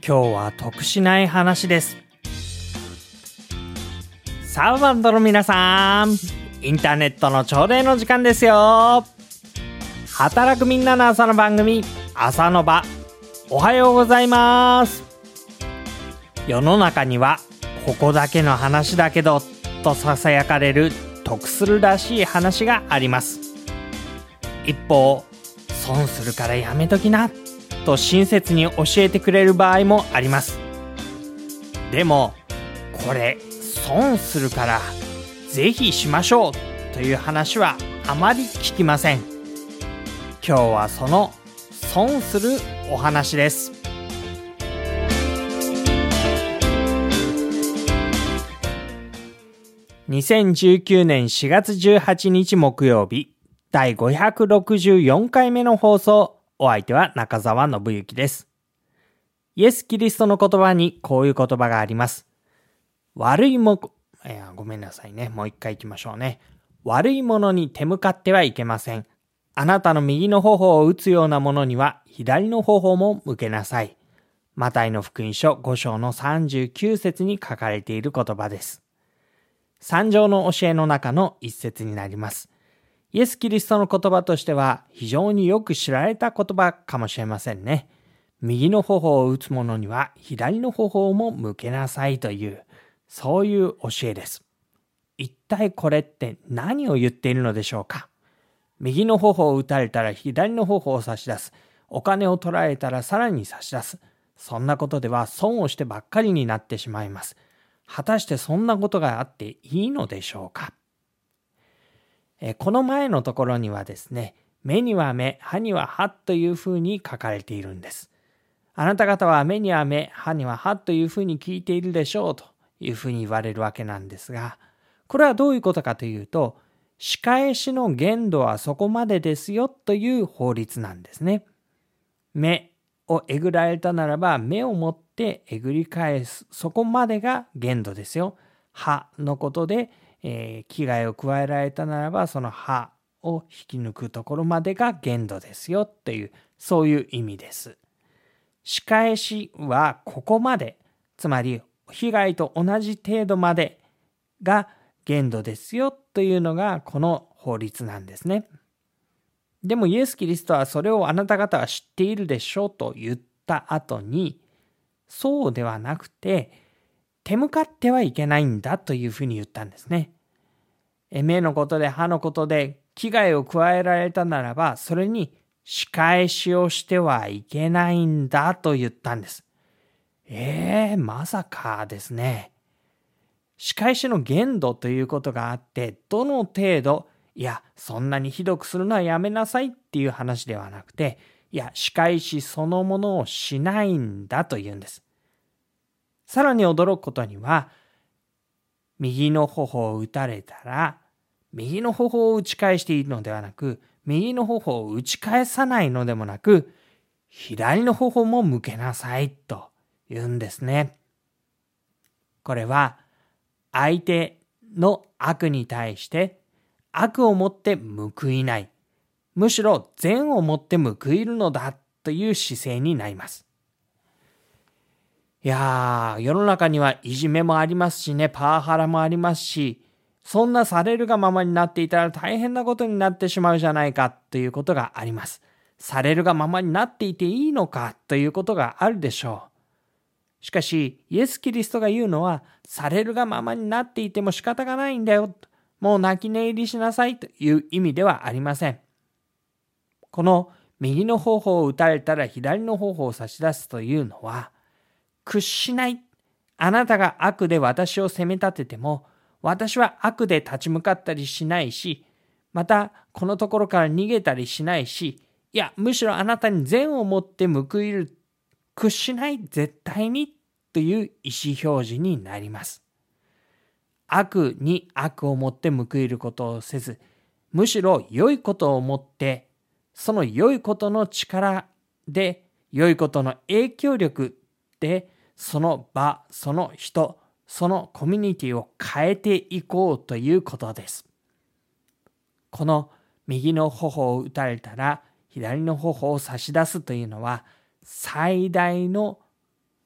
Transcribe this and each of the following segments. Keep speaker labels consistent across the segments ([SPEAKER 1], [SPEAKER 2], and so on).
[SPEAKER 1] 今日は得しない話です。サーバントの皆さん、インターネットの朝礼の時間ですよ。働くみんなの朝の番組、朝の場。おはようございます。世の中にはここだけの話だけどとささやかれる得するらしい話があります。一方、損するからやめときなと親切に教えてくれる場合もあります。でもこれ損するからぜひしましょうという話はあまり聞きません。今日はその損するお話です。2019年4月18日木曜日、第564回目の放送。お相手は中澤信之です。イエス・キリストの言葉にこういう言葉があります。悪いものに手向かってはいけません。あなたの右の頬を打つようなものには左の頬も向けなさい。マタイの福音書5章の39節に書かれている言葉です。三条の教えの中の一節になります。イエス・キリストの言葉としては非常によく知られた言葉かもしれませんね。右の頬を打つ者には左の頬も向けなさいという、そういう教えです。一体これって何を言っているのでしょうか。右の頬を打たれたら左の頬を差し出す。お金を取られたらさらに差し出す。そんなことでは損をしてばっかりになってしまいます。果たしてそんなことがあっていいのでしょうか。この前のところにはですね、目には目、歯には歯というふうに書かれているんです。あなた方は目には目、歯には歯というふうに聞いているでしょうというふうに言われるわけなんですが、これはどういうことかというと、仕返しの限度はそこまでですよという法律なんですね。目をえぐられたならば目を持ってえぐり返す、そこまでが限度ですよ。歯のことで危害を加えられたならばその歯を引き抜くところまでが限度ですよっていう、そういう意味です。仕返しはここまで、つまり被害と同じ程度までが限度ですよというのがこの法律なんですね。でもイエス・キリストはそれをあなた方は知っているでしょうと言った後に、そうではなくて手向かってはいけないんだというふうに言ったんですね。目のことで歯のことで危害を加えられたならば、それに仕返しをしてはいけないんだと言ったんです。まさかですね。仕返しの限度ということがあって、どの程度、そんなにひどくするのはやめなさいっていう話ではなくて、仕返しそのものをしないんだというんです。さらに驚くことには、右の頬を打たれたら、右の頬を打ち返しているのではなく、右の頬を打ち返さないのでもなく、左の頬も向けなさいと言うんですね。これは、相手の悪に対して悪をもって報いない。むしろ善をもって報いるのだという姿勢になります。世の中にはいじめもありますしね、パワハラもありますし、そんなされるがままになっていたら大変なことになってしまうじゃないかということがあります。されるがままになっていていいのかということがあるでしょう。しかし、イエス・キリストが言うのは、されるがままになっていても仕方がないんだよ。もう泣き寝入りしなさいという意味ではありません。この右の頬を打たれたら左の頬を差し出すというのは、屈しない。あなたが悪で私を責め立てても、私は悪で立ち向かったりしないし、またこのところから逃げたりしないし、むしろあなたに善をもって報いる。屈しない、絶対にという意思表示になります。悪に悪をもって報いることをせず、むしろ良いことをもって、その良いことの力で、良いことの影響力で、その場、その人、そのコミュニティを変えていこうということです。この右の頬を打たれたら左の頬を差し出すというのは最大の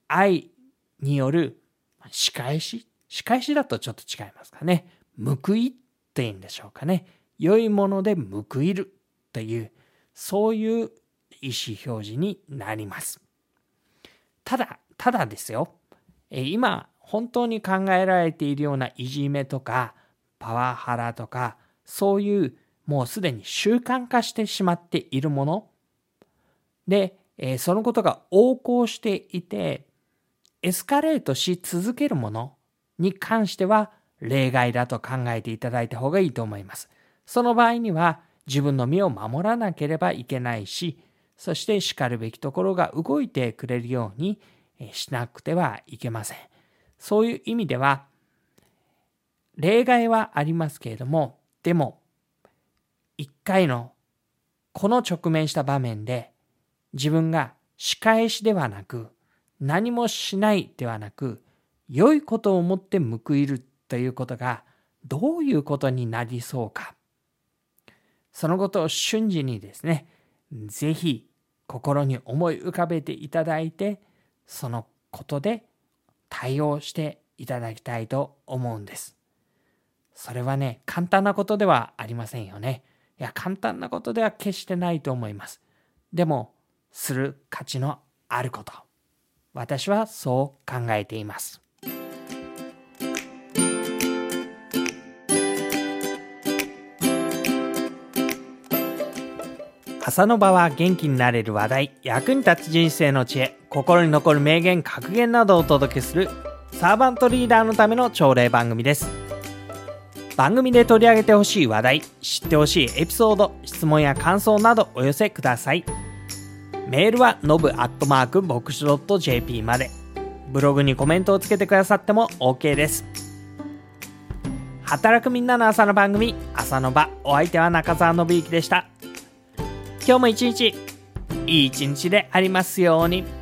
[SPEAKER 1] 愛による仕返しだとちょっと違いますかね。報いっていうんでしょうかね。良いもので報いるという、そういう意思表示になります。ただですよ、今本当に考えられているようないじめとかパワハラとか、そういうもうすでに習慣化してしまっているもので、そのことが横行していてエスカレートし続けるものに関しては例外だと考えていただいた方がいいと思います。その場合には自分の身を守らなければいけないし、そしてしかるべきところが動いてくれるようにしなくてはいけません。そういう意味では例外はありますけれども、でも一回のこの直面した場面で自分が仕返しではなく、何もしないではなく、良いことをもって報いるということがどういうことになりそうか、そのことを瞬時にですね、ぜひ心に思い浮かべていただいて、そのことで対応していただきたいと思うんです。それはね、簡単なことではありませんよね。いや、簡単なことでは決してないと思います。でも、する価値のあること。私はそう考えています。朝の場は元気になれる話題、役に立つ人生の知恵、心に残る名言、格言などをお届けするサーバントリーダーのための朝礼番組です。番組で取り上げてほしい話題、知ってほしいエピソード、質問や感想などお寄せください。メールはnobu@bokushi .jp まで。ブログにコメントをつけてくださっても OK です。働くみんなの朝の番組、朝の場。お相手は中澤信之でした。今日も一日いい一日でありますように。